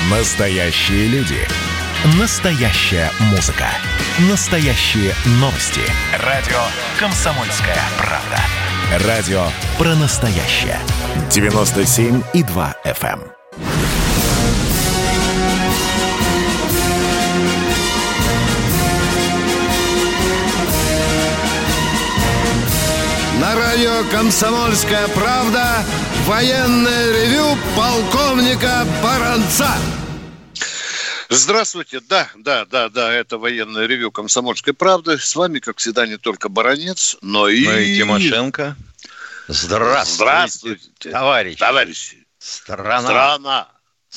Настоящие люди. Настоящая музыка. Настоящие новости. Радио «Комсомольская правда». Радио про настоящее. 97,2 FM. На радио «Комсомольская правда» военное ревю полковника Баранца. Здравствуйте, да, это военное ревю «Комсомольской правды». С вами, как всегда, не только Баранец, но и Тимошенко. Здравствуйте, товарищи. Страна.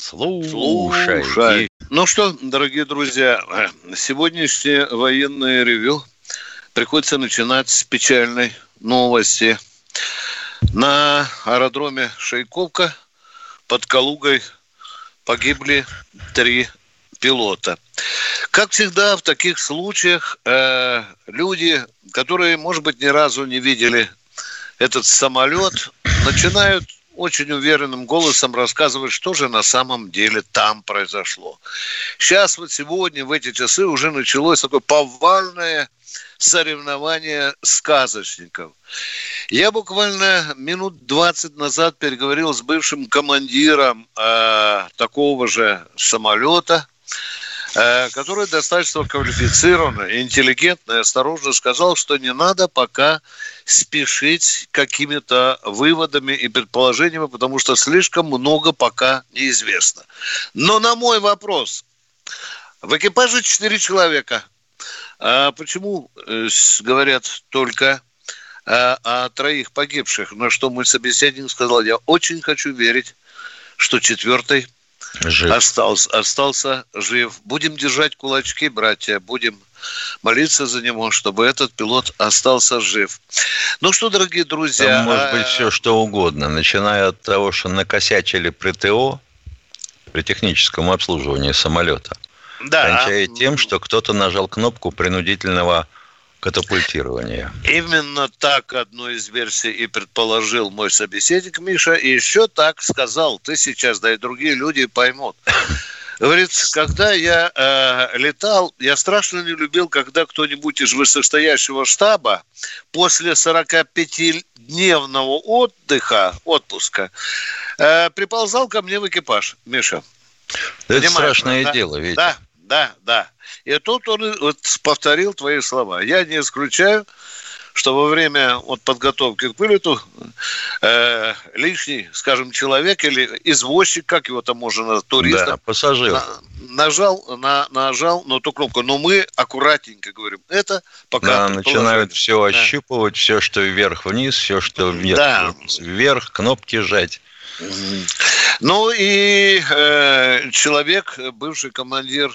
Слушай. Ну что, дорогие друзья, сегодняшнее военное ревю приходится начинать с печальной новости. На аэродроме Шейковка под Калугой погибли 3 пилота. Как всегда в таких случаях люди, которые, может быть, ни разу не видели этот самолет, начинают очень уверенным голосом рассказывать, что же на самом деле там произошло. Сейчас вот сегодня, в эти часы, уже началось такое повальное соревнование сказочников. Я буквально минут 20 назад переговорил с бывшим командиром такого же самолета, который достаточно квалифицированно, интеллигентно и осторожно сказал, что не надо пока спешить какими-то выводами и предположениями, потому что слишком много пока неизвестно. Но на мой вопрос, в экипаже 4 человека, а почему говорят только о 3 погибших? На что мой собеседник сказал: я очень хочу верить, что 4-й остался жив. Будем держать кулачки, братья, будем молиться за него, чтобы этот пилот остался жив. Ну что, дорогие друзья... Там может быть все, что угодно, начиная от того, что накосячили при ТО, при техническом обслуживании самолета, кончая тем, что кто-то нажал кнопку принудительного катапультирования. Именно так одну из версий и предположил мой собеседник Миша, и еще так сказал. Ты сейчас, да и другие люди поймут. Говорит, когда я летал, я страшно не любил, когда кто-нибудь из вышестоящего штаба после 45-дневного отпуска приползал ко мне в экипаж. Миша. Это страшное дело, ведь. Да. И тут он повторил твои слова. Я не исключаю, что во время подготовки к вылету лишний, скажем, человек или извозчик, как его там можно назвать, турист, пассажир, нажал на ту кнопку. Но мы аккуратненько говорим, это пока... начинают все ощупывать, все, что вверх-вниз, все, что вверх, кнопки жать. Ну и человек, бывший командир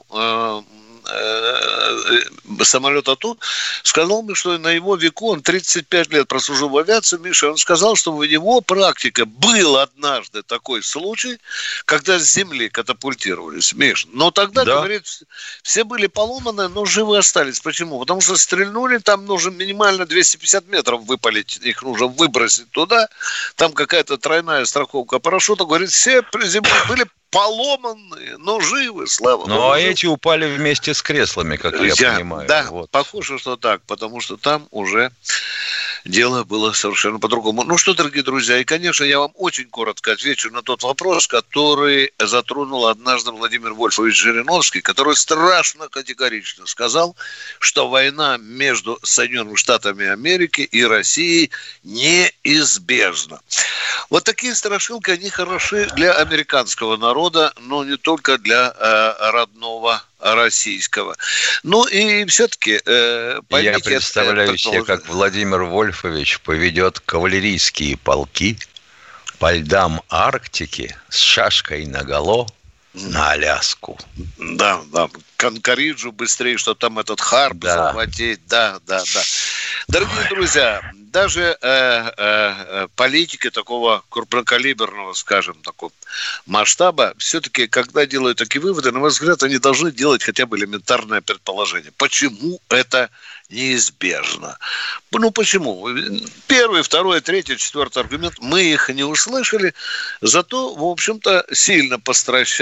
самолета Ту, сказал мне, что на его веку, он 35 лет прослужил в авиации, Миша, он сказал, что в его практике был однажды такой случай, когда с земли катапультировались, Миш. Но тогда, говорит, все были поломаны, но живы остались. Почему? Потому что стрельнули, там нужно минимально 250 метров выпалить, их нужно выбросить туда, там какая-то тройная страховка парашюта, говорит, все при земле были поломанные, но живы, слава Богу. Ну, а эти упали вместе с креслами, как я понимаю. Да, похоже, что так, потому что там уже дело было совершенно по-другому. Ну что, дорогие друзья, и, конечно, я вам очень коротко отвечу на тот вопрос, который затронул однажды Владимир Вольфович Жириновский, который страшно категорично сказал, что война между Соединенными Штатами Америки и Россией неизбежна. Вот такие страшилки, они хороши для американского народа, но не только для родного российского. Ну и все-таки... я представляю себе, как Владимир Вольфович поведет кавалерийские полки по льдам Арктики с шашкой наголо на Аляску. Да. Конкориджу быстрее, чтобы там этот Харп захватить. Да. Дорогие друзья, даже политики такого крупнокалиберного, скажем, такого масштаба, все-таки, когда делают такие выводы, на мой взгляд, они должны делать хотя бы элементарное предположение. Почему это неизбежно? Ну, почему? 1, 2, 3, 4 аргумент, мы их не услышали, зато, в общем-то, сильно постращал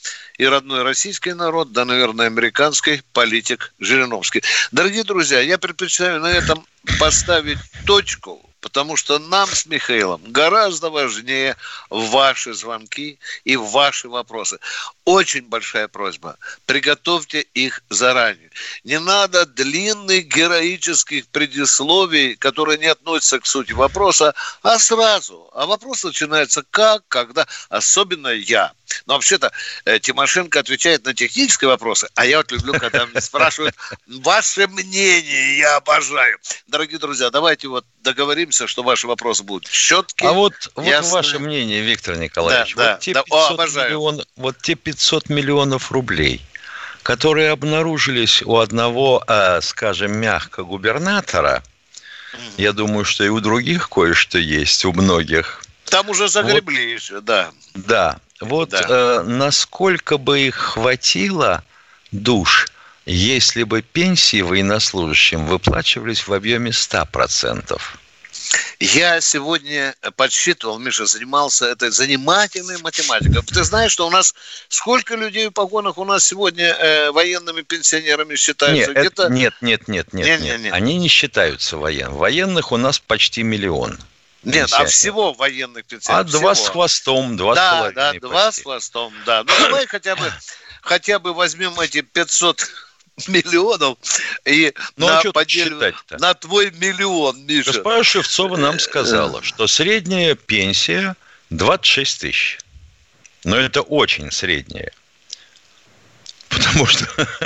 и родной российский народ, да, наверное, американский политик Жириновский. Дорогие друзья, я предпочитаю на этом поставить точку, потому что нам с Михаилом гораздо важнее ваши звонки и ваши вопросы. Очень большая просьба. Приготовьте их заранее. Не надо длинных героических предисловий, которые не относятся к сути вопроса, а сразу. А вопрос начинается как, когда, особенно я. Но вообще-то Тимошенко отвечает на технические вопросы, а я вот люблю, когда меня спрашивают ваше мнение, я обожаю. Дорогие друзья, давайте вот договоримся, что ваши вопросы будут четкие. А вот ваше мнение, Виктор Николаевич, вот те 500 миллионов рублей, которые обнаружились у одного, скажем, мягко губернатора, я думаю, что и у других кое-что есть, у многих. Там уже загребли еще, да. Да. Насколько бы их хватило душ, если бы пенсии военнослужащим выплачивались в объеме 100%? Я сегодня подсчитывал, Миша, занимался этой занимательной математикой. Ты знаешь, что у нас сколько людей в погонах у нас сегодня военными пенсионерами считаются? Нет. Они не считаются военными. Военных у нас почти 1 миллион. Нет, а всего военных пенсионеров? 2 с хвостом, 2,5. Да, 2 с хвостом, да. Ну, давай хотя бы возьмем эти 500 миллионов и поделим на твой миллион, Миша. Госпожа Шевцова нам сказала, что средняя пенсия 26 тысяч. Но это очень средняя. Потому что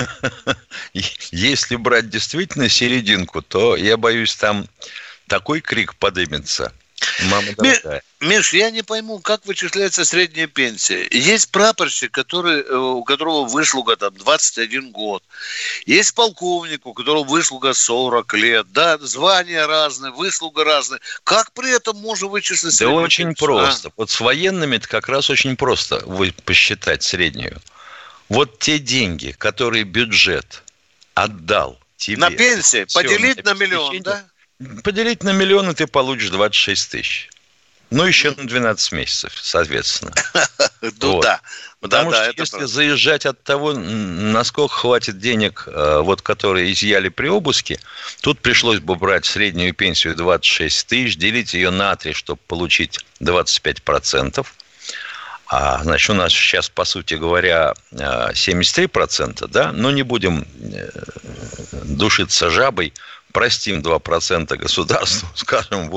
если брать действительно серединку, то, я боюсь, там такой крик подымется. Мама дорогая. Миш, я не пойму, как вычисляется средняя пенсия. Есть прапорщик, у которого выслуга там 21 год. Есть полковник, у которого выслуга 40 лет. Да, звания разные, выслуга разная. Как при этом можно вычислить среднюю пенсию? Да очень просто. Вот с военными это как раз очень просто посчитать среднюю. Вот те деньги, которые бюджет отдал тебе. На пенсии поделить на миллион, да? Поделить на миллион, и ты получишь 26 тысяч. Ну, еще на 12 месяцев, соответственно. Ну, да. Потому что если заезжать от того, насколько хватит денег, которые изъяли при обыске, тут пришлось бы брать среднюю пенсию 26 тысяч, делить ее на 3, чтобы получить 25%. Значит, у нас сейчас, по сути говоря, 73%, да? Но не будем душиться жабой. Простим 2% государству, скажем,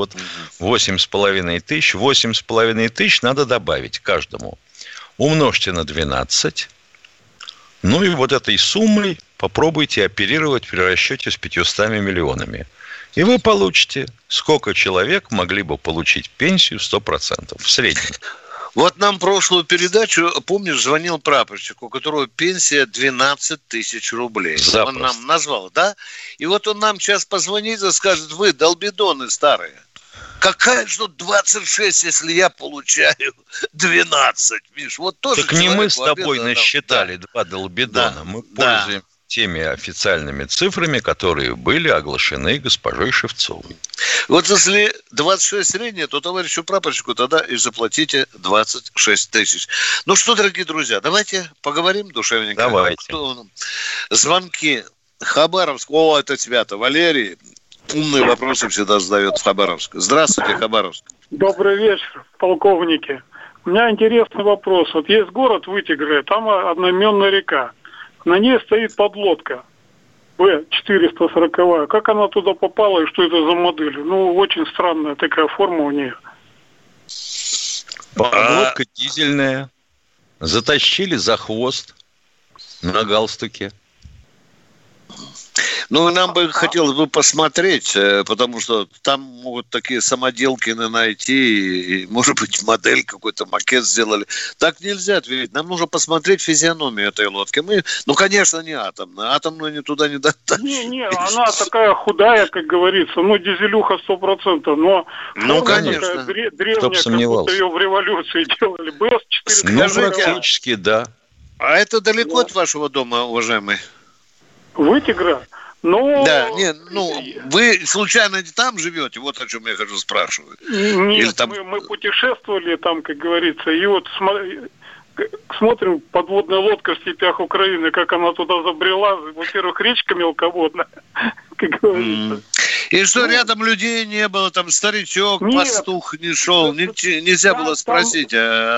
8,5 тысяч. 8,5 тысяч надо добавить каждому. Умножьте на 12. Ну и вот этой суммой попробуйте оперировать при расчете с 500 миллионами. И вы получите, сколько человек могли бы получить пенсию 100% в среднем. Вот нам прошлую передачу, помнишь, звонил прапорщик, у которого пенсия 12 тысяч рублей. Запросто. Он нам назвал, да? И вот он нам сейчас позвонит и скажет: вы долбидоны старые. Какая же 26, если я получаю 12, Миш? Вот тоже. Так не мы с тобой насчитали 2 долбидона. Да. Мы пользуемся теми официальными цифрами, которые были оглашены госпожой Шевцовой. Вот если 26 среднее, то товарищу прапорщику тогда и заплатите 26 тысяч. Ну что, дорогие друзья, давайте поговорим душевненько. Давайте. Звонки. Хабаровск. О, это тебя-то, Валерий. Умные вопросы всегда задает в Хабаровск. Здравствуйте, Хабаровск. Добрый вечер, полковники. У меня интересный вопрос. Вот есть город Вытегры, там одноименная река. На ней стоит подлодка В-440. Как она туда попала и что это за модель? Ну, очень странная такая форма у нее. Подлодка дизельная. Затащили за хвост на галстуке. Ну, нам бы хотелось бы посмотреть, потому что там могут такие самоделки найти, и, может быть, модель какой-то, макет сделали. Так нельзя ответить. Нам нужно посмотреть физиономию этой лодки. Мы, конечно, не атомная. Атомную ни туда не дотащим. Не, она такая худая, как говорится, дизелюха 100%, но конечно. Древняя, как будто ее в революции делали. БС-440. Практически, да. А это далеко от вашего дома, уважаемый? Вытегра? Да, вы случайно не там живете? Вот о чем я хочу спрашивать. Нет, мы путешествовали там, как говорится, и вот смотрим, подводная лодка в степях Украины, как она туда забрела. Во-первых, речка мелководная, как говорится. И что рядом людей не было, там старичок, пастух не шел, нельзя было спросить,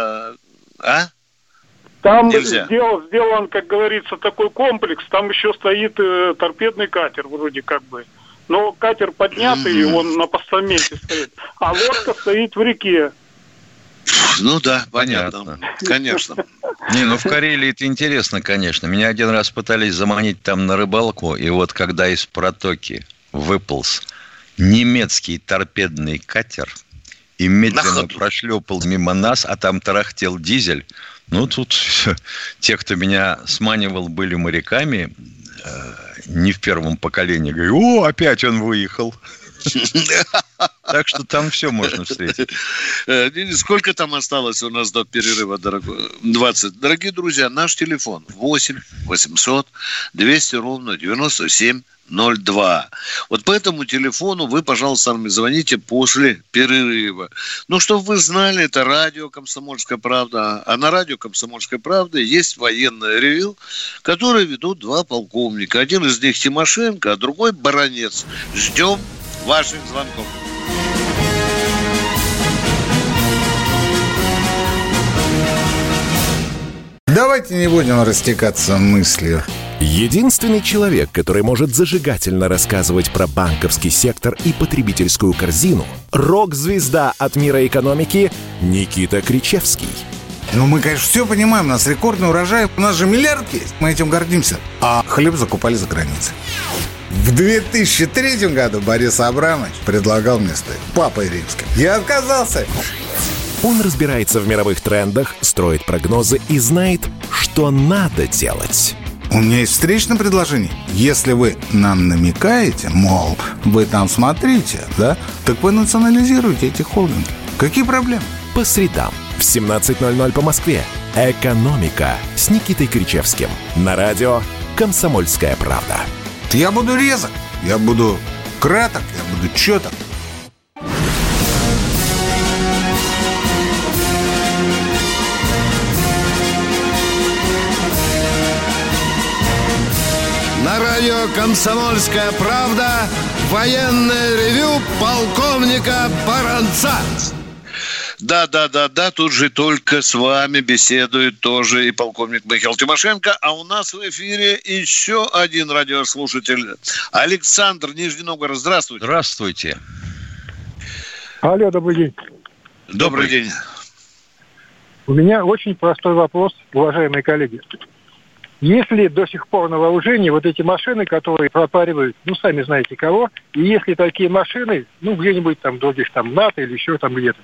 Там сделан, как говорится, такой комплекс, там еще стоит торпедный катер вроде как бы. Но катер поднятый, он на постаменте стоит, а лодка стоит в реке. Ну да, понятно. Конечно. Не, ну в Карелии это интересно, конечно. Меня один раз пытались заманить там на рыбалку, и вот когда из протоки выполз немецкий торпедный катер и медленно прошлепал мимо нас, а там тарахтел дизель. Ну, тут те, кто меня сманивал, были моряками, не в первом поколении. Говорю, опять он выехал. Так что там все можно встретить. Сколько там осталось у нас до перерыва, дорогой? 20. Дорогие друзья, наш телефон 8 800 200 ровно 9702. Вот по этому телефону вы, пожалуйста, нам звоните после перерыва. Ну, чтобы вы знали, это радио «Комсомольская правда». А на радио «Комсомольская правда» есть военное ревю, которое ведут два полковника. Один из них Тимошенко, а другой Баранец. Ждем ваших звонков. Давайте не будем растекаться мыслью. Единственный человек, который может зажигательно рассказывать про банковский сектор и потребительскую корзину – рок-звезда от мира экономики Никита Кричевский. Ну, мы, конечно, все понимаем, у нас рекордный урожай, у нас же миллиард есть, мы этим гордимся. А хлеб закупали за границей. В 2003 году Борис Абрамович предлагал мне стать папой римским. Я отказался. Он разбирается в мировых трендах, строит прогнозы и знает, что надо делать. У меня есть встречное предложение. Если вы нам намекаете, мол, вы там смотрите, да, так вы национализируете эти холдинги. Какие проблемы? По средам в 17:00 по Москве. «Экономика» с Никитой Кричевским. На радио «Комсомольская правда». Я буду резок, я буду краток, я буду чёток. На радио «Комсомольская правда» военное ревю полковника Баранца. Да, тут же только с вами беседует тоже и полковник Михаил Тимошенко, а у нас в эфире еще один радиослушатель. Александр, Нижний Новгород, здравствуйте. Здравствуйте. Алло, добрый день. Добрый день. У меня очень простой вопрос, уважаемые коллеги. Есть ли до сих пор на вооружении вот эти машины, которые пропаривают, ну, сами знаете кого, и есть ли такие машины, ну, где-нибудь там, в других там НАТО или еще там где-то?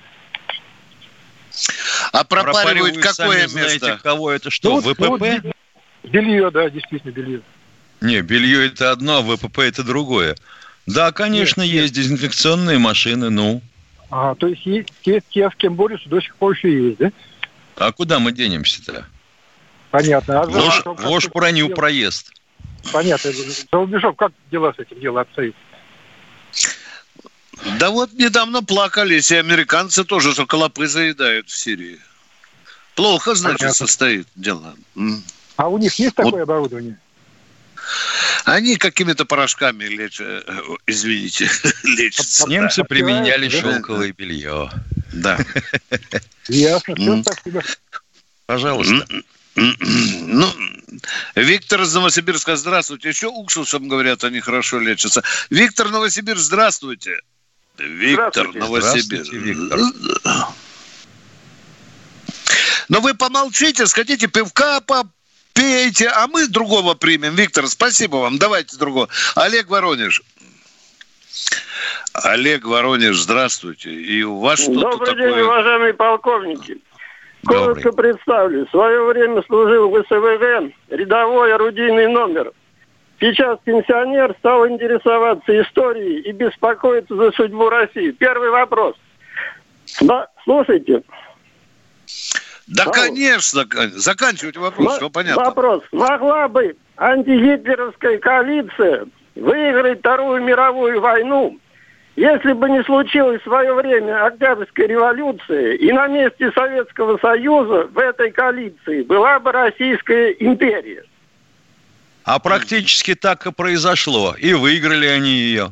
А пропаривают какое место? Знаете, кого это что, ВПП? Ну, белье, да, действительно, белье. Не, белье это одно, а ВПП это другое. Да, конечно, есть дезинфекционные машины, ну. То есть те, с кем борются, до сих пор еще есть, да? А куда мы денемся-то? Понятно. Ложь броню проезд. Понятно. За рубежом как дела с этим делом обстоят? Да вот недавно плакались, и американцы тоже клопы заедают в Сирии. Плохо, значит, понятно. Состоит дело. А у них есть такое оборудование? Они какими-то порошками лечат, извините, лечатся. Немцы применяли шелковое белье. Да. Ясно, все, спасибо. Пожалуйста. Ну, Виктор из Новосибирска, здравствуйте. Еще уксусом, говорят, они хорошо лечатся. Виктор, Новосибирск, здравствуйте. Виктор, Новосибирск. Виктор. Но вы помолчите, сходите пивка попейте, а мы другого примем. Виктор, спасибо вам. Давайте другого. Олег, Воронеж. Олег, Воронеж, здравствуйте. И у вас что-то Добрый такое... день, уважаемые полковники. Коротко представлю. В свое время служил в СВГ, рядовой орудийный номер. Сейчас пенсионер, стал интересоваться историей и беспокоиться за судьбу России. Первый вопрос. Слушайте. Да, конечно. Заканчивайте вопрос, все понятно. Вопрос. Могла бы антигитлеровская коалиция выиграть Вторую мировую войну, Если бы не случилось в свое время Октябрьская революция, и на месте Советского Союза в этой коалиции была бы Российская империя. А практически так и произошло. И выиграли они ее.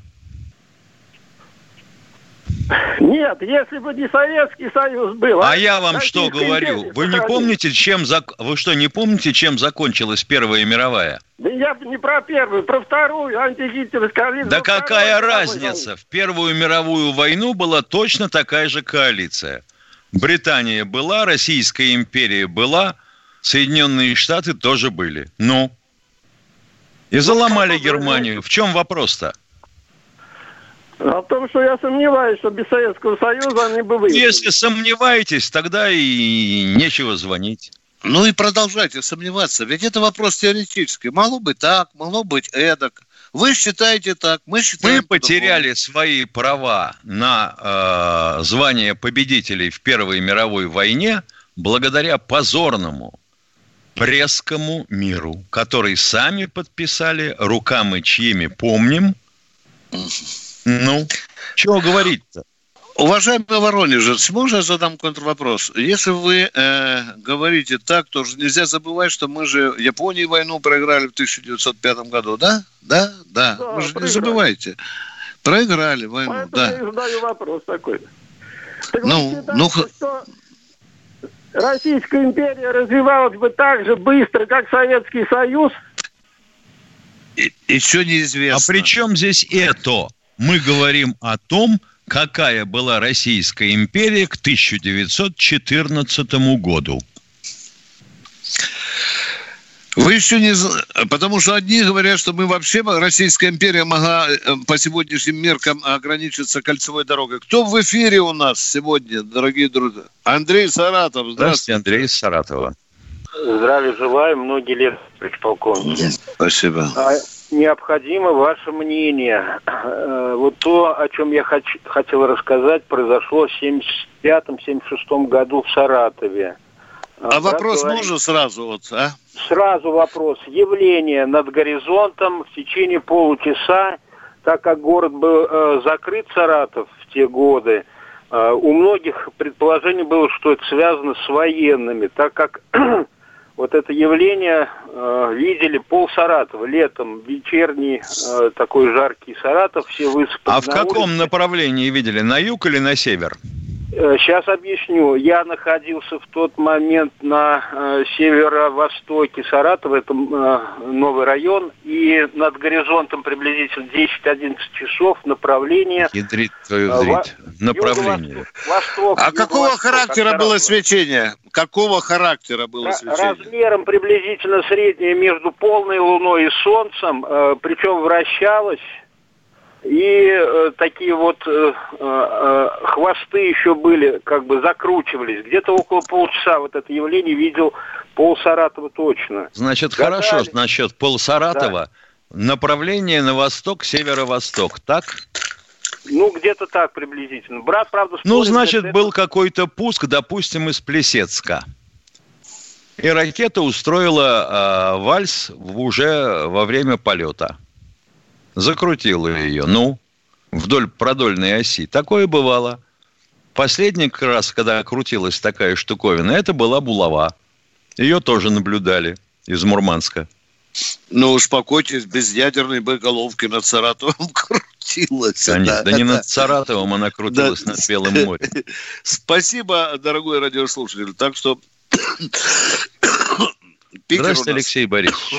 Нет, если бы не Советский Союз был... А я вам что говорю? Вы не помните, Вы что, не помните, чем закончилась Первая мировая? Да я не про первую, про вторую антигитлеровскую коалицию. Да какая разница? В Первую мировую войну была точно такая же коалиция. Британия была, Российская империя была, Соединенные Штаты тоже были. Ну? И заломали Германию. В чем вопрос-то? А в том, что я сомневаюсь, что без Советского Союза они бы выиграли. Если сомневаетесь, тогда и нечего звонить. Ну и продолжайте сомневаться. Ведь это вопрос теоретический. Могло быть так, могло быть эдак. Вы считаете так, мы считаем... Мы потеряли свои права на звание победителей в Первой мировой войне благодаря позорному Брестскому миру, который сами подписали, руками чьими помним. Ну, чего говорить-то? Уважаемый Воронежец, можно я задам контрвопрос? Если вы говорите так, то же нельзя забывать, что мы же Японии войну проиграли в 1905 году, да? Да, вы же проиграли. Не забывайте. Проиграли войну, поэтому да. я задаю вопрос такой. Так вы считаете, что Российская империя развивалась бы так же быстро, как Советский Союз? Еще неизвестно. А при чем здесь это? Мы говорим о том, какая была Российская империя к 1914 году. Вы еще не... Потому что одни говорят, что мы вообще, Российская империя могла по сегодняшним меркам ограничиться кольцевой дорогой. Кто в эфире у нас сегодня, дорогие друзья? Андрей Саратов. Здравствуйте, Андрей из Саратова. Здравия желаю, многие лет, полковник. Спасибо. Необходимо ваше мнение. Вот то, о чем я хотел рассказать, произошло в 1975-1976 году в Саратове. А вопрос можно сразу? Сразу вопрос. Явление над горизонтом в течение получаса, так как город был закрыт, Саратов, в те годы, у многих предположение было, что это связано с военными, так как вот это явление видели пол Саратова летом, вечерний такой жаркий Саратов, все высыпали. А в каком направлении видели, на юг или на север? Сейчас объясню. Я находился в тот момент на северо-востоке Саратова, это новый район, и над горизонтом приблизительно 10-11 часов направление... Ядрит твою зрить. Направление. Восток, а какого характера было свечение? Какого характера было свечение? Размером приблизительно среднее между полной луной и солнцем, причем вращалось. И такие вот хвосты еще были, как бы закручивались. Где-то около полчаса вот это явление видел пол Саратова точно. Значит, хорошо насчет пол Саратова. Да. Направление на восток, северо-восток, так? Ну, где-то так приблизительно. Брат, правда, спорит, ну, значит, был какой-то пуск, допустим, из Плесецка. И ракета устроила вальс уже во время полета. Закрутила ее, вдоль продольной оси. Такое бывало. Последний раз, когда крутилась такая штуковина, это была булава. Ее тоже наблюдали из Мурманска. Ну, успокойтесь, без ядерной боеголовки над Саратовым крутилась. Конечно, да не над Саратовым, она крутилась над Белым морем. Спасибо, дорогой радиослушатель. Так что... Здравствуйте, Алексей Борисович.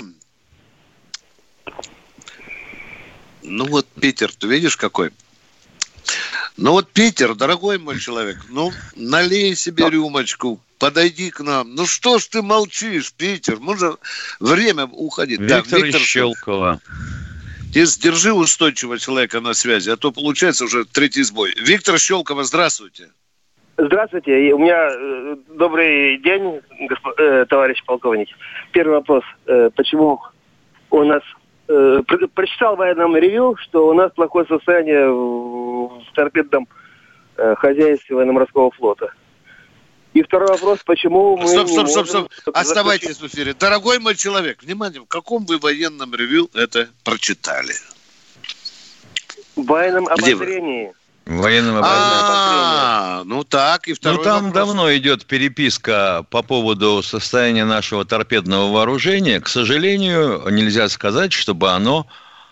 Ну вот Питер, ты видишь какой? Ну вот Питер, дорогой мой человек, налей себе рюмочку, подойди к нам. Ну что ж ты молчишь, Питер? Можно время уходить. Виктор из Щелково. Держи устойчивого человека на связи, а то получается уже третий сбой. Виктор Щелково, здравствуйте. Здравствуйте. У меня добрый день, товарищ полковник. Первый вопрос. Почему у нас... Прочитал в военном ревью, что у нас плохое состояние в торпедном хозяйстве военно-морского флота. И второй вопрос, почему мы Стоп. Оставайтесь в эфире. Дорогой мой человек, внимание, в каком вы военном ревью это прочитали? военном обозрении. В военном обозрении. Ну так, и второй там вопрос. Давно идет переписка по поводу состояния нашего торпедного вооружения. К сожалению, нельзя сказать, чтобы оно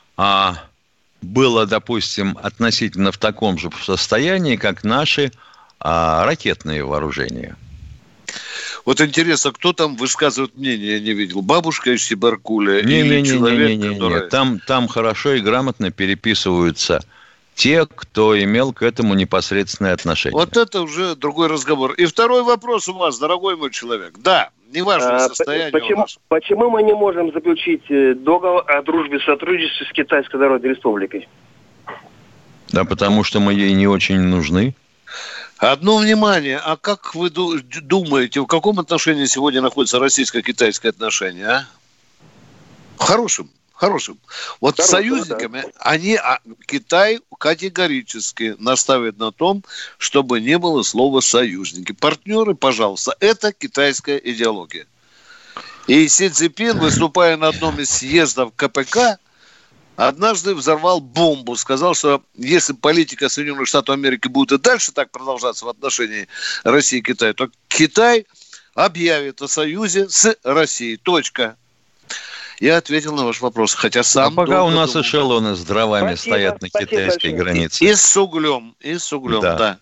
было, допустим, относительно в таком же состоянии, как наши ракетные вооружения. Вот интересно, кто там высказывает мнение, я не видел. Бабушка из Сибаркуля или человек, который... Там хорошо и грамотно переписываются те, кто имел к этому непосредственное отношение. Вот это уже другой разговор. И второй вопрос у вас, дорогой мой человек. Да, неважно состояние у нас. Почему мы не можем заключить договор о дружбе и сотрудничестве с Китайской Народной Республикой? Да, потому что мы ей не очень нужны. Одно внимание, а как вы думаете, в каком отношении сегодня находится российско-китайское отношение, а? Хорошим. Вот с союзниками, да. Китай категорически настаивает на том, чтобы не было слова «союзники». Партнеры, пожалуйста, это китайская идеология. И Си Цзиньпин, выступая на одном из съездов КПК, однажды взорвал бомбу, сказал, что если политика Соединенных Штатов Америки будет и дальше так продолжаться в отношении России и Китая, то Китай объявит о союзе с Россией. Точка. Я ответил на ваш вопрос, хотя сам... пока у нас эшелоны с дровами стоят на китайской границе. И с углем, да.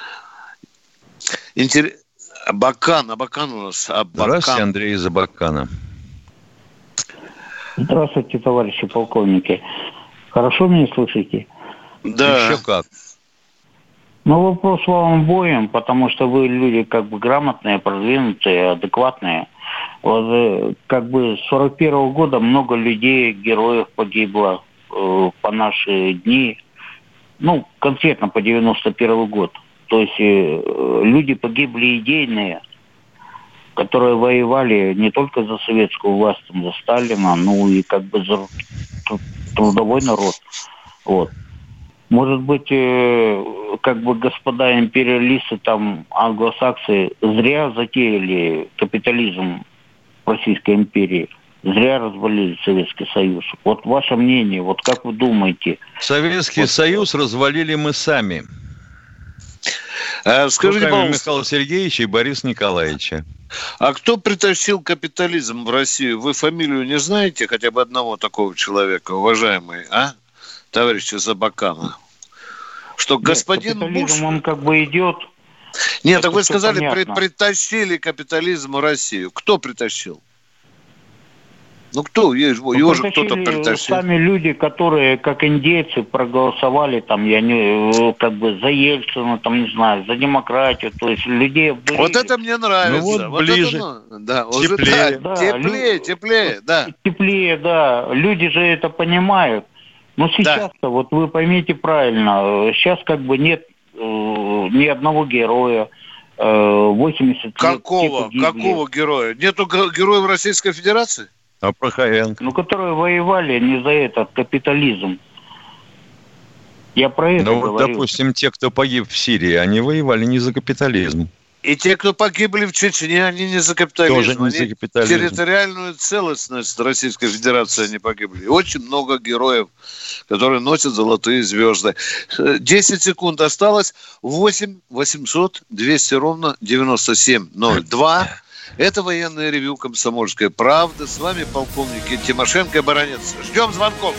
Абакан у нас. Здравствуйте, Андрей из Абакана. Здравствуйте, товарищи полковники. Хорошо меня слышите? Да. Еще как. Вопрос вам обоим, потому что вы люди грамотные, продвинутые, адекватные. Вот с 41-го года много людей, героев погибло по наши дни. Конкретно по 91 год. То есть люди погибли идейные, которые воевали не только за советскую власть, за Сталина, и за трудовой народ. Вот. Может быть, господа империалисты, англосаксы, зря затеяли капитализм в Российской империи, зря развалили Советский Союз. Вот ваше мнение, вот как вы думаете? Советский Союз развалили мы сами. Скажите, пожалуйста, Михаила Сергеевича и Бориса Николаевича. А кто притащил капитализм в Россию? Вы фамилию не знаете хотя бы одного такого человека, уважаемый, товарищ из Абакана? Что господин Буш... он идет... Нет, так вы сказали, притащили капитализм в Россию. Кто притащил? Кто? Его же кто-то притащил. Сами люди, которые, как индейцы, проголосовали за Ельцина, не знаю, за демократию. То есть людей... Вот это мне нравится. Ближе. Теплее, да. Теплее, да. Люди же это понимают. Но сейчас-то, вы поймите правильно, сейчас нет ни одного героя. 80 лет. Какого героя? Нету героев Российской Федерации? А Прохоренко? Которые воевали не за этот капитализм. Я про это говорю. Допустим, те, кто погиб в Сирии, они воевали не за капитализм. И те, кто погибли в Чечне, они не за капитализм. Тоже не за капитализм. Территориальную целостность Российской Федерации они погибли. Очень много героев, которые носят золотые звезды. 10 секунд осталось. 8 800 200 ровно 9702. Это военное ревью «Комсомольская правда». С вами полковники Тимошенко и Баранец. Ждем звонков.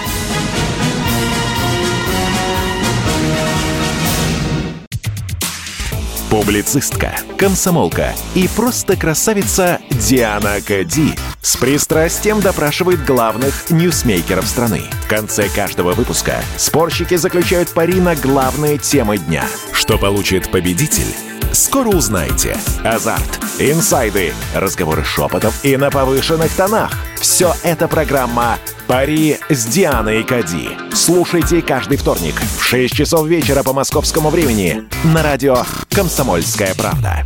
Публицистка, комсомолка и просто красавица Диана Кади с пристрастием допрашивает главных ньюсмейкеров страны. В конце каждого выпуска спорщики заключают пари на главные темы дня. Что получит победитель? Скоро узнаете. Азарт, инсайды, разговоры шепотов и на повышенных тонах. Все это программа «Пари с Дианой Кади». Слушайте каждый вторник в 6 часов вечера по московскому времени на радио «Комсомольская правда».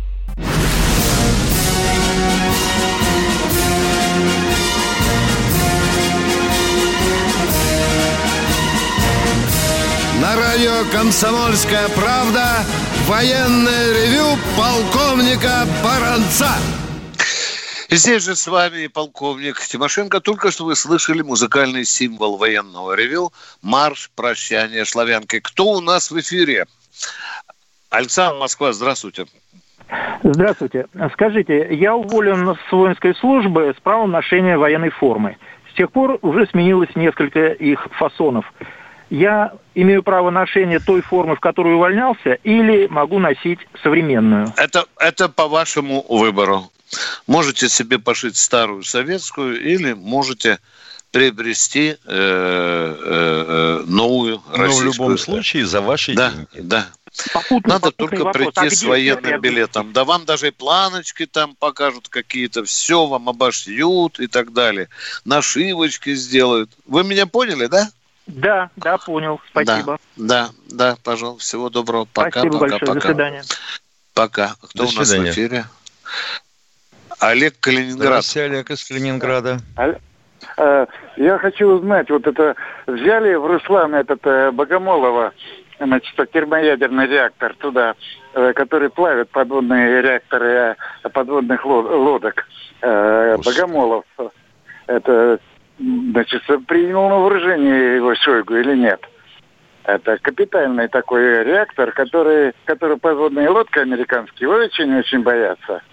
На радио «Комсомольская правда» военное ревю полковника Баранца. Здесь же с вами полковник Тимошенко. Только что вы слышали музыкальный символ военного ревю «Марш прощания славянки». Кто у нас в эфире? Александр, Москва, здравствуйте. Здравствуйте. Скажите, я уволен с воинской службы с правом ношения военной формы. С тех пор уже сменилось несколько их фасонов. Я имею право ношения той формы, в которую увольнялся, или могу носить современную? Это по вашему выбору. Можете себе пошить старую советскую или можете приобрести новую российскую. Но в любом случае за ваши деньги. Да. Надо только прийти с военным билетом. Да вам даже и планочки там покажут какие-то, все вам обошьют и так далее. Нашивочки сделают. Вы меня поняли, да? Да, понял. Спасибо. Да, пожалуйста. Всего доброго. Спасибо большое. До свидания. Пока. Кто у нас в эфире? Олег, Калининград. Здравствуйте, Олег из Калининграда. Я хочу узнать, вот это взяли в Руслан Богомолова, значит, термоядерный реактор туда, который плавит подводные реакторы подводных лодок. Богомолов, это, значит, принял на вооружение его Шойгу или нет? Это капитальный такой реактор, который подводные лодки американские очень боятся.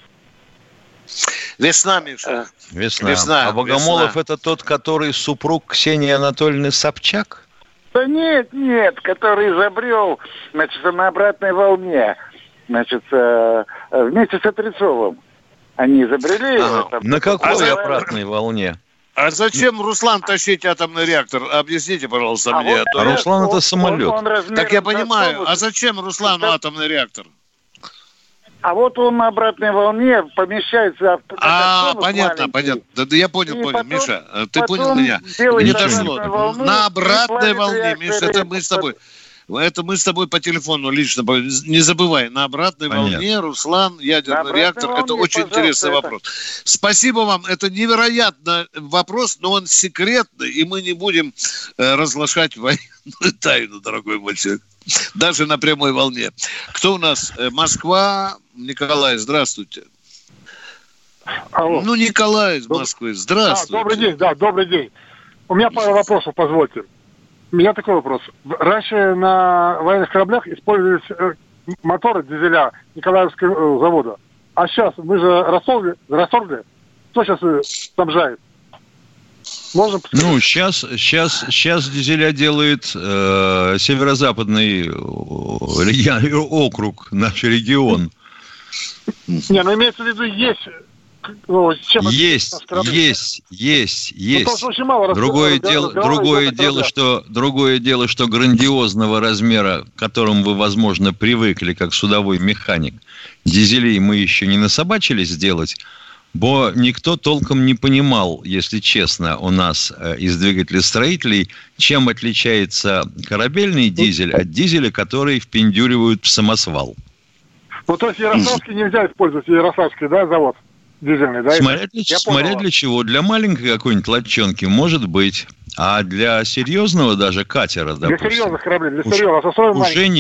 Весна, Миша. Весна. А Богомолов это тот, который супруг Ксении Анатольевны Собчак? Да нет, который изобрел, значит, на обратной волне, значит, вместе с Отрицовым. Они изобрели его. На какой обратной волне? А зачем, Руслан, тащить атомный реактор? Объясните, пожалуйста, мне. Руслан это самолет. Так я понимаю. А зачем Руслану атомный реактор? А вот он на обратной волне помещается... Понятно. Да я понял. Миша, ты понял меня? Не дошло. На обратной волне, Миша, это мы с тобой... Это мы с тобой по телефону лично. Не забывай, на обратной волне, Руслан, ядерный реактор. Это очень интересный вопрос. Спасибо вам. Это невероятный вопрос, но он секретный, и мы не будем разглашать военную тайну, дорогой мой человек. Даже на прямой волне. Кто у нас? Москва. Николай, здравствуйте. Алло. Николай из Москвы, здравствуйте. Добрый день. У меня пару вопросов, позвольте. У меня такой вопрос. Раньше на военных кораблях использовались моторы дизеля Николаевского завода. А сейчас мы же расторгли. Кто сейчас снабжает? Можно посмотреть? Сейчас дизеля делает северо-западный округ, наш регион. Имеется в виду, есть. Есть. Другое дело, что грандиозного размера, к которому вы, возможно, привыкли, как судовой механик, дизелей мы еще не насобачились сделать, бо никто толком не понимал, если честно, у нас из двигателестроителей, чем отличается корабельный дизель от дизеля, который впендюривают в самосвал. То есть Ярославский нельзя использовать, Ярославский, завод? Дизельный, да? Смотря для чего. Для маленькой какой-нибудь лодчонки может быть. А для серьезного даже катера, допустим. Для серьезных кораблей, для серьезных. Уже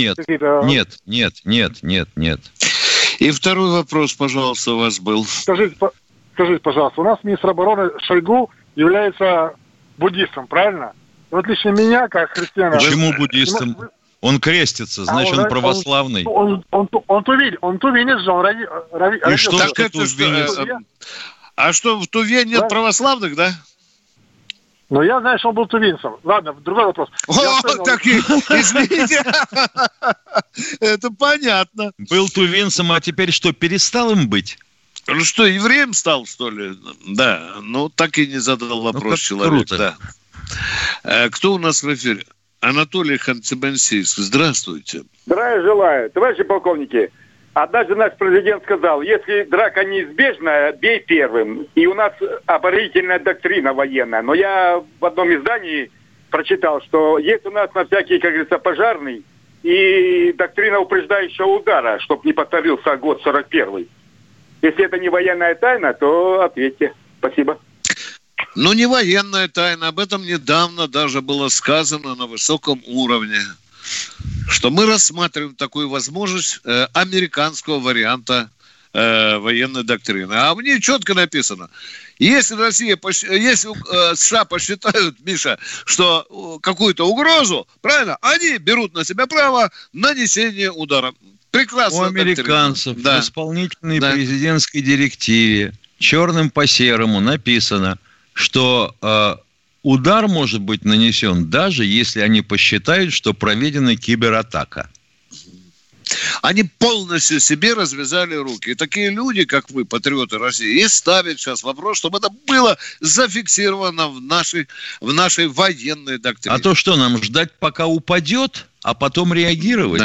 нет. И второй вопрос, пожалуйста, у вас был. Скажите, пожалуйста, у нас министр обороны Шойгу является буддистом, правильно? Вот лично меня, как христианина... Почему буддистом? Он крестится, значит, он православный. Он тувинец же, он родился. И что тувинец? А что, в Туве нет православных, да? Я знаю, что он был тувинцем. Ладно, другой вопрос. Извините. Это понятно. Был тувинцем, а теперь что, перестал им быть? Что, евреем стал, что ли? Да, так и не задал вопрос человек. Да. Кто у нас в эфире? Анатолий Ханты-Мансийск. Здравствуйте. Здравия желаю. Товарищи полковники, однажды наш президент сказал, если драка неизбежна, бей первым. И у нас оборонительная доктрина военная. Но я в одном издании прочитал, что есть у нас на всякий, как говорится, пожарный и доктрина упреждающего удара, чтобы не повторился год 41-й. Если это не военная тайна, то ответьте. Спасибо. Не военная тайна. Об этом недавно даже было сказано на высоком уровне, что мы рассматриваем такую возможность американского варианта военной доктрины. А в ней четко написано, если США посчитают, Миша, что какую-то угрозу, правильно, они берут на себя право нанесения удара. Прекрасно. У американцев в исполнительной президентской директиве черным по серому написано, что удар может быть нанесен, даже если они посчитают, что проведена кибератака. Они полностью себе развязали руки. И такие люди, как вы, патриоты России, и ставят сейчас вопрос, чтобы это было зафиксировано в нашей военной доктрине. А то что, нам ждать, пока упадет, а потом реагировать?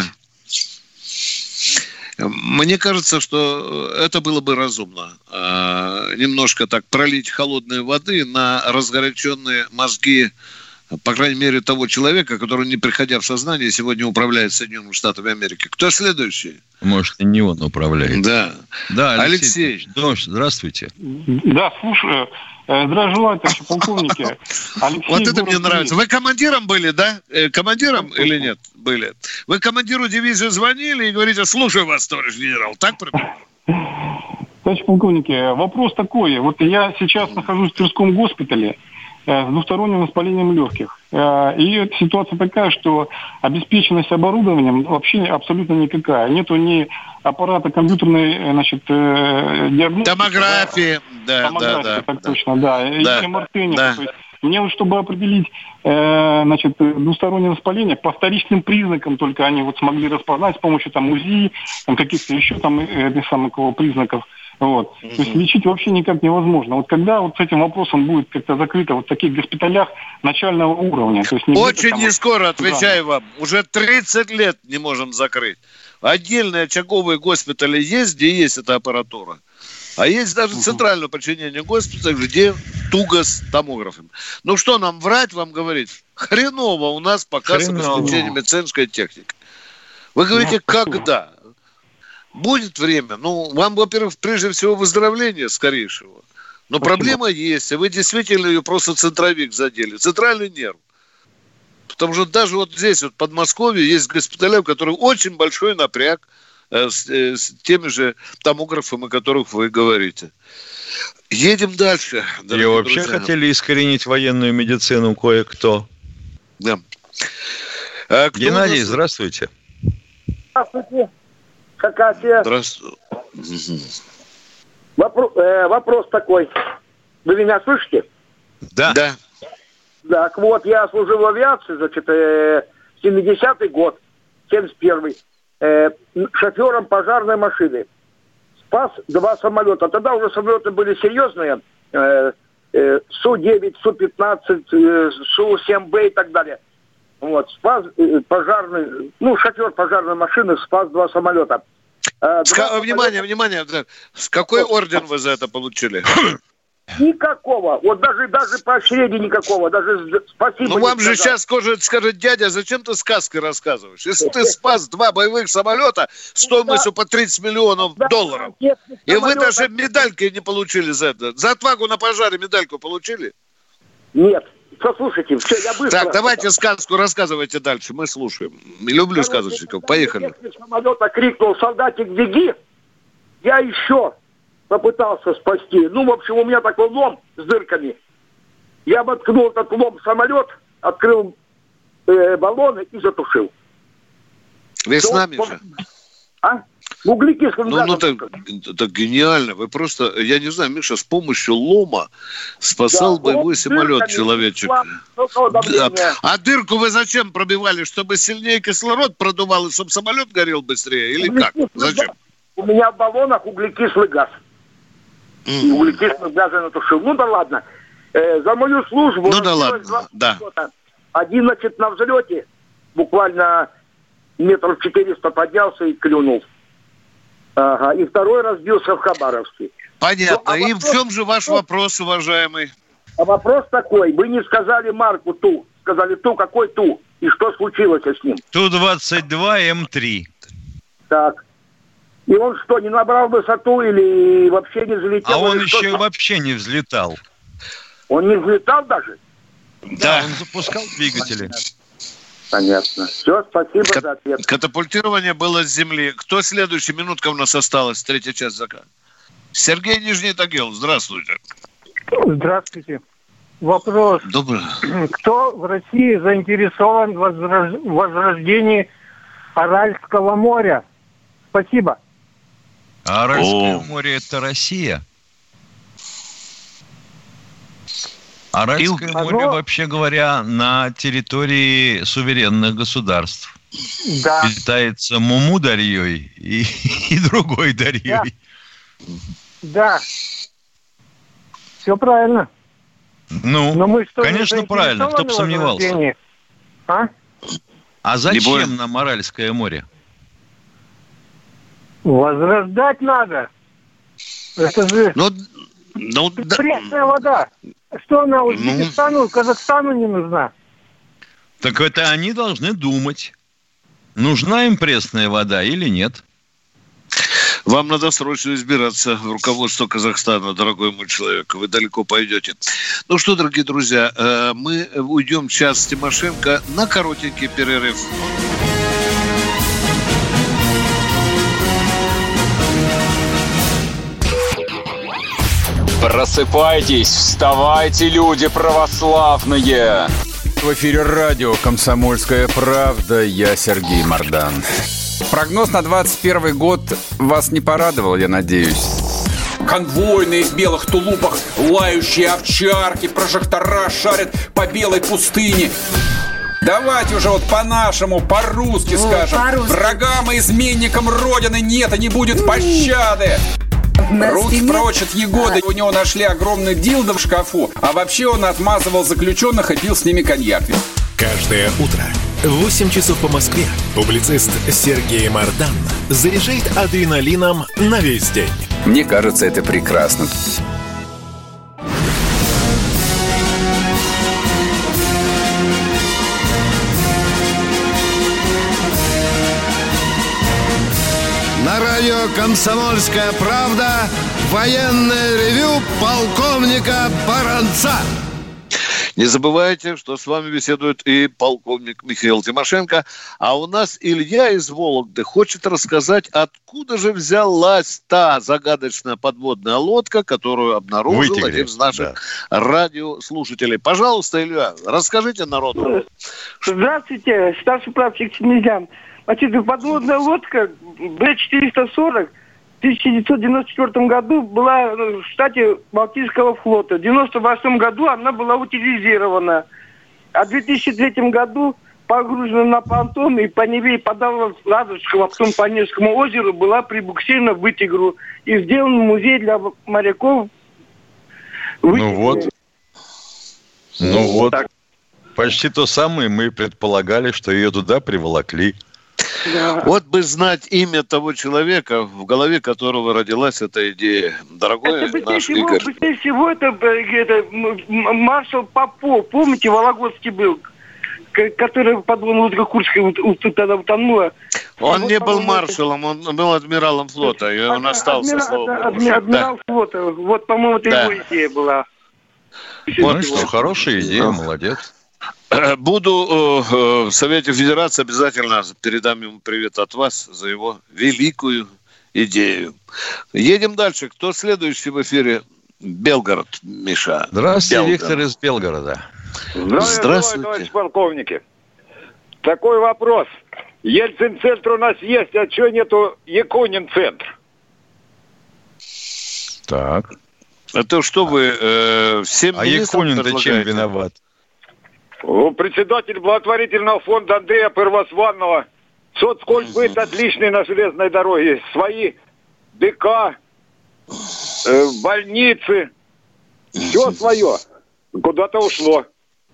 Да. Мне кажется, что это было бы разумно. Немножко так пролить холодной воды на разгоряченные мозги, по крайней мере, того человека, который, не приходя в сознание, сегодня управляет Соединенными Штатами Америки. Кто следующий? Может, и не он управляет. Да. Да, Алексей. Здравствуйте. Да, слушаю. Здравия желаю, товарищи полковники. Алексей, вот это мне нравится. Вы командиром были, да? Командиром или нет? Были. Вы командиру дивизии звонили и говорите: слушаю вас, товарищ генерал. Так, товарищи полковники, вопрос такой. Вот я сейчас нахожусь в Тверском госпитале с двусторонним воспалением легких. И ситуация такая, что обеспеченность оборудованием вообще абсолютно никакая. Нету ни аппарата компьютерной, диагностики. Томографии. Томографии, так точно, да. И МРТ нет. То есть мне вот, чтобы определить, двустороннее воспаление, по вторичным признакам только они вот смогли распознать с помощью УЗИ, каких-то еще признаков. Вот. То есть лечить вообще никак невозможно. Вот когда вот с этим вопросом будет как-то закрыто вот в таких госпиталях начального уровня. То есть очень не скоро, отвечаю вам. Уже 30 лет не можем закрыть. Отдельные очаговые госпитали есть, где есть эта аппаратура. А есть даже центральное подчинение госпиталя, где туго с томографом. Ну что нам врать, вам говорить? Хреново у нас пока с обеспечением медицинской техники. Вы говорите, когда? Будет время. Вам, во-первых, прежде всего выздоровления скорейшего. Но проблема есть. И вы действительно ее просто центровик задели. Центральный нерв. Потому что даже вот здесь, вот в Подмосковье, есть госпиталя, у которых очень большой напряг с теми же томографами, о которых вы говорите. Едем дальше. И вообще друзья. Хотели искоренить военную медицину кое-кто. Да. Геннадий, здравствуйте. Здравствуйте. Здравствуйте. Вопрос такой. Вы меня слышите? Да. Так вот, я служил в авиации, 70-й год, 71-й, шофером пожарной машины. Спас 2 самолета. Тогда уже самолеты были серьезные. Су-9, Су-15, Су-7Б и так далее. Вот, спас пожарный, шофер пожарной машины спас 2 самолета. Внимание. Какой орден вы за это получили? Никакого. Вот даже поощрения никакого. Даже спасибо. Вам же сейчас скажет дядя, зачем ты сказки рассказываешь? Если ты спас 2 боевых самолета стоимостью по $30 миллионов, и вы даже медальки не получили за это. За отвагу на пожаре медальку получили? Нет. Послушайте, все, я быстро. Так, давайте сказку рассказывайте дальше, мы слушаем. Люблю сказочников, поехали. Если самолета крикнул: солдатик, беги, я еще попытался спасти. В общем, у меня такой лом с дырками. Я воткнул этот лом в самолет, открыл баллоны и затушил. Весна, Миша? Углекислым газом. Так гениально. Вы просто, я не знаю, Миша, с помощью лома спасал боевой самолет человечек. А дырку вы зачем пробивали? Чтобы сильнее кислород продувал и чтобы самолет горел быстрее? Или как? Зачем? У меня в баллонах углекислый газ. Углекислый газ я натушил. Да ладно. За мою службу... да. 11 на взлете, буквально 400 метров поднялся и клюнул. Ага. И второй раз бился в Хабаровске. Понятно. И в чем же ваш вопрос, уважаемый? А вопрос такой. Вы не сказали марку Ту. Сказали Ту. Какой Ту? И что случилось с ним? Ту-22 М3. Так. И он что, не набрал высоту или вообще не взлетел? А он еще вообще не взлетал. Он не взлетал даже? Да, он запускал двигатели. Понятно. Все, спасибо за ответ. Катапультирование было с земли. Кто следующий? Минутка у нас осталась, третья часть заказа. Сергей Нижний Тагил, здравствуйте. Здравствуйте. Вопрос. Добрый. Кто в России заинтересован в возрождении Аральского моря? Спасибо. Аральское море – это Россия. Аральское море, вообще говоря, на территории суверенных государств. Да. Питается Муму-Дарьей и другой Дарьей. Да. Все правильно. Ну, мы что, конечно, правильно. Кто бы сомневался. А зачем нам Аральское море? Возрождать надо. Это же пресная вода. Что она Узбекистану, Казахстану не нужна? Так это они должны думать, нужна им пресная вода или нет. Вам надо срочно избираться в руководство Казахстана, дорогой мой человек. Вы далеко пойдете. Ну что, дорогие друзья, мы уйдем сейчас с Тимошенко на коротенький перерыв. Просыпайтесь, вставайте, люди православные! В эфире радио «Комсомольская правда». Я Сергей Мордан. Прогноз на 21 год вас не порадовал, я надеюсь. Конвойные в белых тулупах, лающие овчарки, прожектора шарят по белой пустыне. Давайте уже вот по-нашему, по-русски скажем. По-русски. Врагам и изменникам Родины нет и не будет пощады. Руки прочь от Егоды. У него нашли огромный дилдо в шкафу. А вообще он отмазывал заключенных и пил с ними коньяк. Каждое утро в 8 часов по Москве публицист Сергей Мордан заряжает адреналином на весь день. Мне кажется, это прекрасно. На радио «Комсомольская правда» военное ревю полковника Баранца. Не забывайте, что с вами беседует и полковник Михаил Тимошенко. А у нас Илья из Вологды хочет рассказать, откуда же взялась та загадочная подводная лодка, которую обнаружил один из наших радиослушателей. Пожалуйста, Илья, расскажите народу. Здравствуйте, старший прапорщик Семизян. Значит, подводная лодка Б-440 в 1994 году была в штате Балтийского флота. В 1998 году она была утилизирована. А в 2003 году погружена на понтон и по Неве и по Ладожскому, а потом по Невскому озеру была прибуксирована в Вытегру. И сделан музей для моряков. Ну вот. Так. Почти то самое мы предполагали, что ее туда приволокли. Да. Вот бы знать имя того человека, в голове которого родилась эта идея. Дорогой наш Игорь. Быстрее всего это маршал Попов. Помните, Вологодский был, который подводная лодка Курская тогда утонула. Он не был маршалом, он был адмиралом флота, и он остался, слава богу. Адмирал флота. Вот, по-моему, это его идея была. Ну что, хорошая идея, молодец. Буду в Совете Федерации, обязательно передам ему привет от вас за его великую идею. Едем дальше. Кто следующий в эфире? Белгород, Миша. Здравствуйте, Виктор из Белгорода. Здравствуйте, товарищ полковники. Такой вопрос. Ельцин-центр у нас есть, а чего нету Якунин-центр? Так. Это что вы всем министрам Якунин-то чем виноват? Председатель благотворительного фонда Андрея Первозванного. Соцкультбыт отличный на железной дороге. Свои ДК, больницы. Все свое. Куда-то ушло.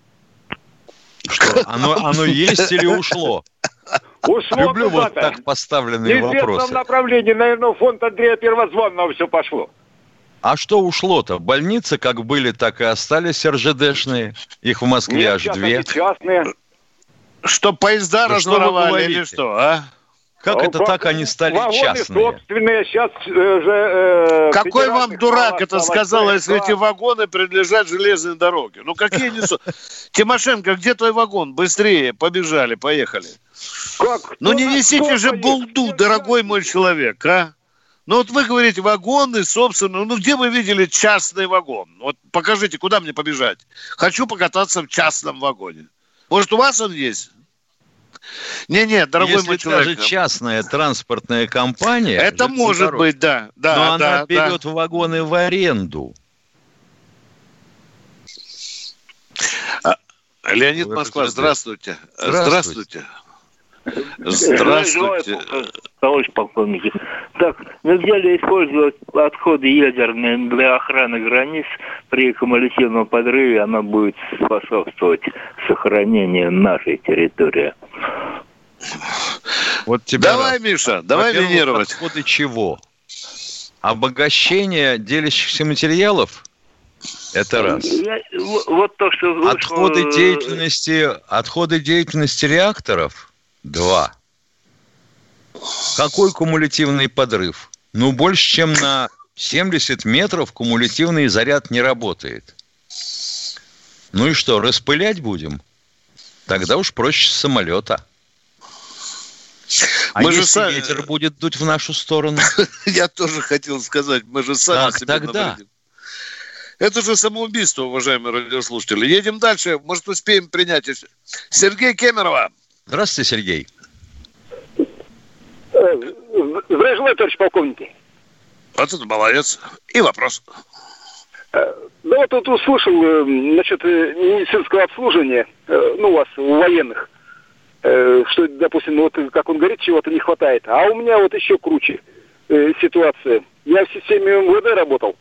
Что, оно есть или ушло? Ушло. Люблю вот так поставленные вопросы. В известном направлении, наверное, в фонд Андрея Первозванного все пошло. А что ушло-то? Больницы как были, так и остались РЖДшные. Их в Москве аж 2. Что, поезда разворовали или что, а? Как это так они стали частные? Собственные, сейчас же... Какой вам дурак это сказал, если эти вагоны принадлежат железной дороге? Ну, какие несут? Тимошенко, где твой вагон? Быстрее, побежали, поехали. Ну, не несите же булду, дорогой мой человек, а? Ну, вот вы говорите, вагоны, собственно, ну, где вы видели частный вагон? Вот покажите, куда мне побежать? Хочу покататься в частном вагоне. Может, у вас он есть? Не, дорогой мой человек. Если даже частная транспортная компания... Это может быть, да. Но она берет вагоны в аренду. Леонид Москва, здравствуйте. Здравствуйте. Здравствуйте. Товарищ полковник. Так, нельзя ли использовать отходы ядерные для охраны границ при кумулятивном подрыве? Она будет способствовать сохранению нашей территории. Вот тебя давай, Миша, давай минировать. Отходы чего? Обогащение делящихся материалов? Это раз. Вот то, что вышло... Отходы деятельности реакторов? 2. Какой кумулятивный подрыв? Ну, больше, чем на 70 метров кумулятивный заряд не работает. Ну и что, распылять будем? Тогда уж проще с самолета. А мы если ветер будет дуть в нашу сторону? Я тоже хотел сказать, мы же сами себе навредим. Это же самоубийство, уважаемые радиослушатели. Едем дальше, может, успеем принять. Сергей Кемерово. Здравствуйте, Сергей. Здравия желаю, товарищ полковник. Вот это молодец. И вопрос. Да вот тут услышал насчет медицинского обслуживания, у вас, у военных, что, допустим, вот как он говорит, чего-то не хватает. А у меня вот еще круче ситуация. Я в системе МВД работал.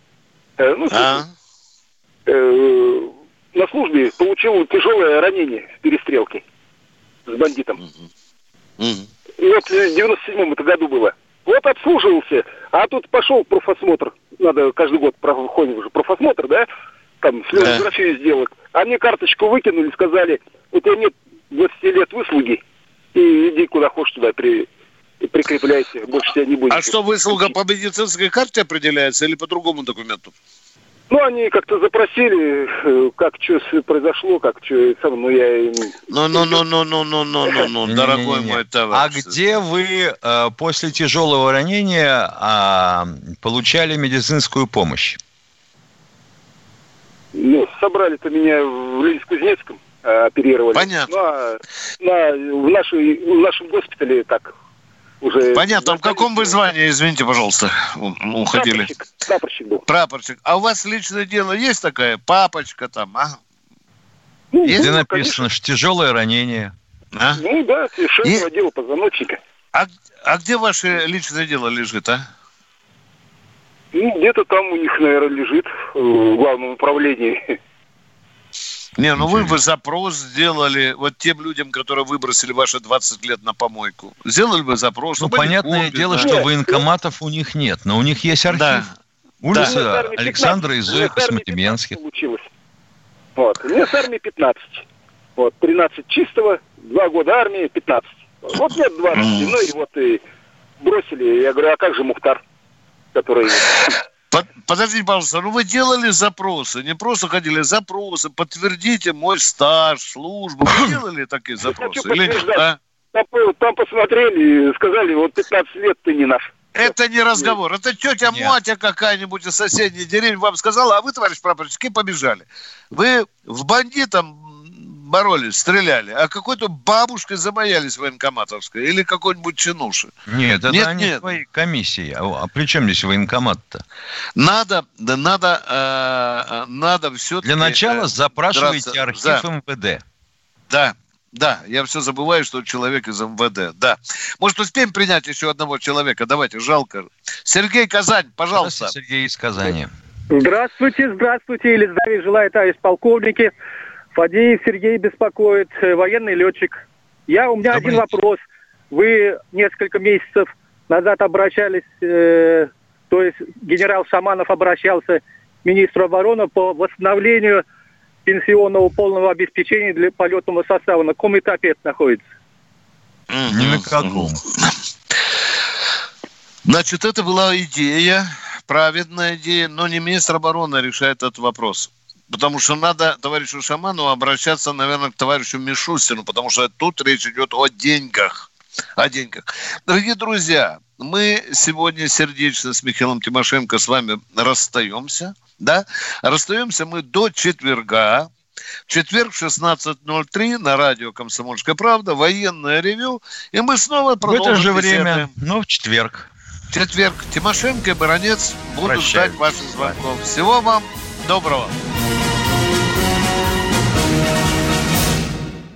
На службе получил тяжелое ранение в перестрелке с бандитом. И вот в 97-м это году было. Вот обслуживался, а тут пошел профосмотр. Надо каждый год проходит уже профосмотр, да? Там флюорографию сделать. А мне карточку выкинули, сказали, у тебя нет 20 лет выслуги, и иди куда хочешь туда прикрепляйся, больше тебя не будет. А что, выслуга по медицинской карте определяется или по другому документу? Ну, они как-то запросили, как что произошло, как что... я... дорогой мой товарищ. А где вы после тяжелого ранения получали медицинскую помощь? Собрали-то меня в Ленинск-Кузнецком, оперировали. Понятно. В нашем госпитале так... Уже понятно. В каком вы звании, извините, пожалуйста, уходили? Прапорщик был. Прапорщик. А у вас личное дело есть такая? Папочка там, Где написано, что тяжелое ранение. Да, совершенно дело позвоночника. А где ваше личное дело лежит, Где-то там у них, наверное, лежит в главном управлении. Вы бы запрос сделали вот тем людям, которые выбросили ваши 20 лет на помойку. Сделали бы запрос. Понятное дело, что военкоматов у них нет, но у них есть архив. Да. Улица Александра и Зои Космотемьянских. Вот. У меня с армии 15. 13 чистого, 2 года армии, 15. Вот нет 20. И бросили. Я говорю, а как же Мухтар, который... Подождите, пожалуйста, вы делали запросы, не просто ходили, запросы, подтвердите мой стаж, службу. Вы делали такие запросы? Там посмотрели и сказали, 15 лет ты не наш. Это не разговор, это тетя Мотя какая-нибудь из соседней деревни вам сказала, а вы, товарищ прапорщик, и побежали. Вы в бандитам боролись, стреляли, а какой-то бабушкой забоялись военкоматовской или какой-нибудь чинуши. Нет, это они свои комиссии. А при чем здесь военкомат-то? Надо все-таки... Для начала запрашивайте архив МВД. Да, я все забываю, что человек из МВД. Да. Может, успеем принять еще одного человека? Давайте, жалко. Сергей, Казань, пожалуйста. Сергей из Казани. Здравствуйте, или здравия желаю, товарищ полковники. Фадеев Сергей беспокоит, военный летчик. У меня один вопрос. Вы несколько месяцев назад обращались, то есть генерал Шаманов обращался к министру обороны по восстановлению пенсионного полного обеспечения для полетного состава. На каком этапе это находится? Ни на каком. Значит, это была идея, праведная идея, но не министр обороны решает этот вопрос. Потому что надо товарищу Шаманову обращаться, наверное, к товарищу Мишустину, потому что тут речь идет о деньгах. О деньгах. Дорогие друзья, мы сегодня сердечно с Михаилом Тимошенко с вами расстаемся. Да? Расстаемся мы до четверга. В четверг в 16:03 на радио «Комсомольская правда» военное ревю. И мы снова продолжим. В это же время, в четверг. В четверг Тимошенко и Баранец будут ждать ваших звонков. Всего вам доброго.